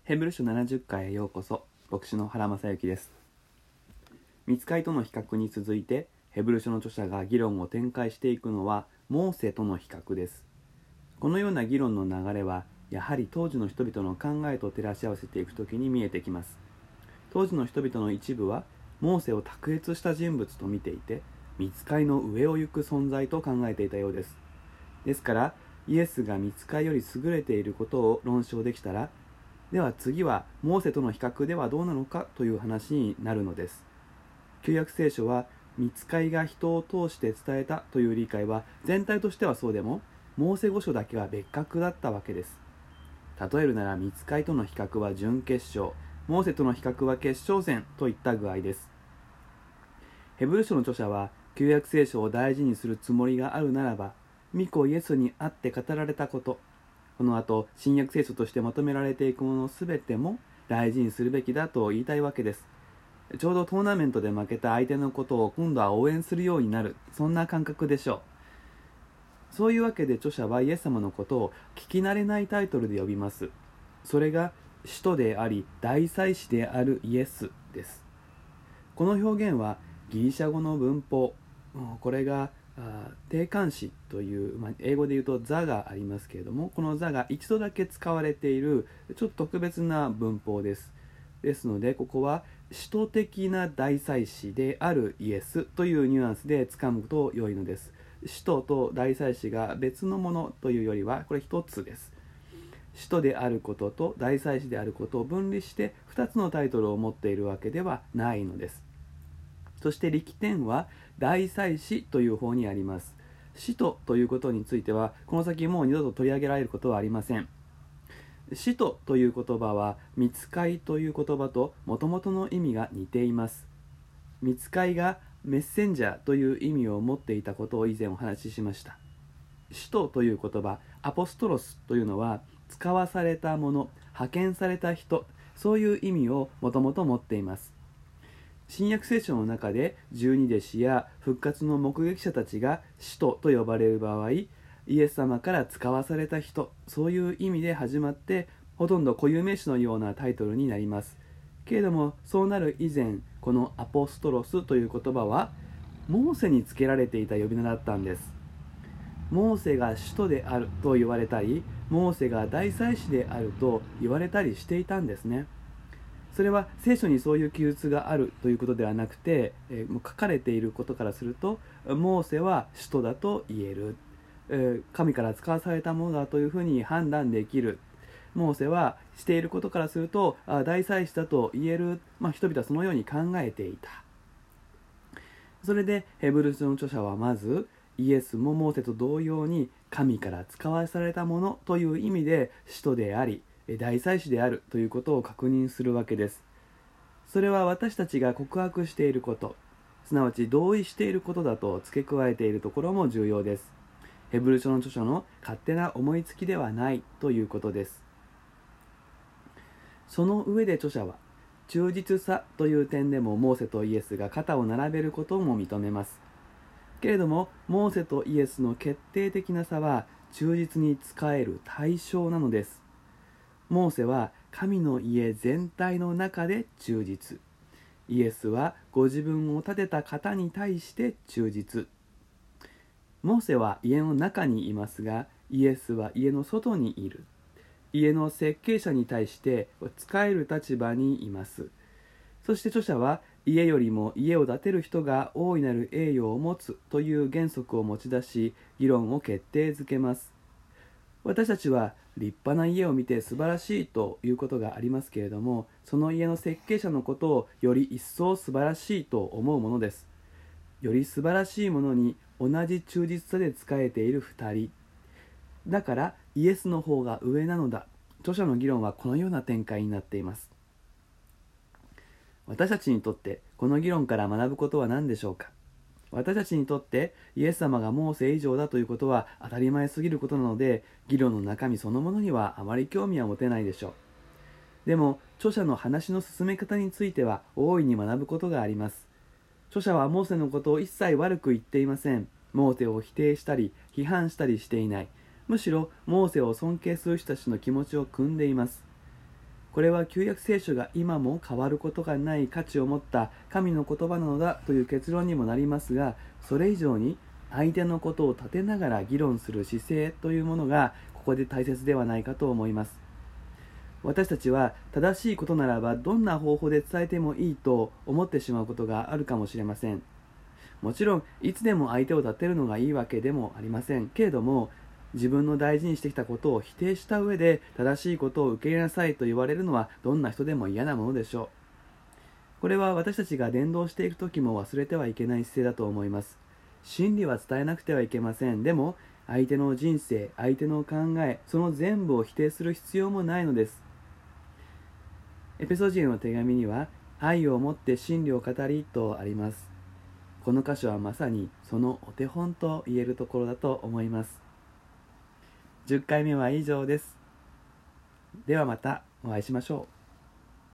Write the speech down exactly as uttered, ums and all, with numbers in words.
ヘブル書ななじゅっかいへようこそ。牧師の原正幸です。御使いとの比較に続いて、ヘブル書の著者が議論を展開していくのはモーセとの比較です。このような議論の流れはやはり当時の人々の考えと照らし合わせていくときに見えてきます。当時の人々の一部はモーセを卓越した人物と見ていて、御使いの上を行く存在と考えていたようです。ですからイエスが御使いより優れていることを論証できたら、では次はモーセとの比較ではどうなのかという話になるのです。旧約聖書は御使いが人を通して伝えたという理解は全体としてはそうでも、モーセ語書だけは別格だったわけです。例えるなら御使いとの比較は準決勝、モーセとの比較は決勝戦といった具合です。ヘブル書の著者は旧約聖書を大事にするつもりがあるならば、御子イエスにあって語られたこと、この後新約聖書としてまとめられていくものすべても大事にするべきだと言いたいわけです。ちょうどトーナメントで負けた相手のことを今度は応援するようになる、そんな感覚でしょう。そういうわけで著者はイエス様のことを聞き慣れないタイトルで呼びます。それが使徒であり大祭司であるイエスです。この表現はギリシャ語の文法、これが定冠詞という、まあ、英語で言うと座がありますけれども、この座が一度だけ使われているちょっと特別な文法です。ですのでここは使徒的な大祭司であるイエスというニュアンスで掴むと良いのです。使徒と大祭司が別のものというよりはこれ一つです。使徒であることと大祭司であることを分離してふたつのタイトルを持っているわけではないのです。そして力点は大祭司という方にあります。使徒ということについてはこの先もう二度と取り上げられることはありません。使徒という言葉は御使いという言葉ともともとの意味が似ています。御使いがメッセンジャーという意味を持っていたことを以前お話ししました。使徒という言葉、アポストロスというのは使わされたもの、派遣された人、そういう意味をもともと持っています。新約聖書の中で十二弟子や復活の目撃者たちが使徒と呼ばれる場合、イエス様から使わされた人、そういう意味で始まってほとんど固有名詞のようなタイトルになります。けれどもそうなる以前、このアポストロスという言葉はモーセにつけられていた呼び名だったんです。モーセが使徒であると言われたり、モーセが大祭司であると言われたりしていたんですね。それは聖書にそういう記述があるということではなくて、えー、もう書かれていることからするとモーセは使徒だと言える、えー、神から使わされたものだというふうに判断できる。モーセはしていることからするとあ大祭司だと言える、まあ、人々はそのように考えていた。それでヘブル書の著者はまずイエスもモーセと同様に神から使わされたものという意味で使徒であり大祭司であるということを確認するわけです。それは私たちが告白していること、すなわち同意していることだと付け加えているところも重要です。ヘブル書の著書の勝手な思いつきではないということです。その上で著者は忠実さという点でもモーセとイエスが肩を並べることも認めます。けれどもモーセとイエスの決定的な差は忠実に仕える対象なのです。モーセは神の家全体の中で忠実、イエスはご自分を建てた方に対して忠実。モーセは家の中にいますがイエスは家の外にいる。家の設計者に対して仕える立場にいます。そして著者は家よりも家を建てる人が大いなる栄誉を持つという原則を持ち出し議論を決定づけます。私たちは立派な家を見て素晴らしいということがありますけれども、その家の設計者のことをより一層素晴らしいと思うものです。より素晴らしいものに同じ忠実さで仕えているふたりだからイエスの方が上なのだ。著者の議論はこのような展開になっています。私たちにとってこの議論から学ぶことは何でしょうか。私たちにとってイエス様がモーセ以上だということは当たり前すぎることなので、議論の中身そのものにはあまり興味は持てないでしょう。でも著者の話の進め方については大いに学ぶことがあります。著者はモーセのことを一切悪く言っていません。モーセを否定したり批判したりしていない。むしろモーセを尊敬する人たちの気持ちを汲んでいます。 これは旧約聖書が今も変わることがない価値を持った神の言葉なのだという結論にもなりますが、それ以上に相手のことを立てながら議論する姿勢というものがここで大切ではないかと思います。私たちは正しいことならばどんな方法で伝えてもいいと思ってしまうことがあるかもしれません。もちろんいつでも相手を立てるのがいいわけでもありませんけれども、自分の大事にしてきたことを否定した上で正しいことを受け入れなさいと言われるのはどんな人でも嫌なものでしょう。これは私たちが伝道していく時も忘れてはいけない姿勢だと思います。真理は伝えなくてはいけません。でも相手の人生、相手の考え、その全部を否定する必要もないのです。エペソ人への手紙には愛をもって真理を語りとあります。この箇所はまさにそのお手本と言えるところだと思います。じゅっかいめは以上です。ではまたお会いしましょう。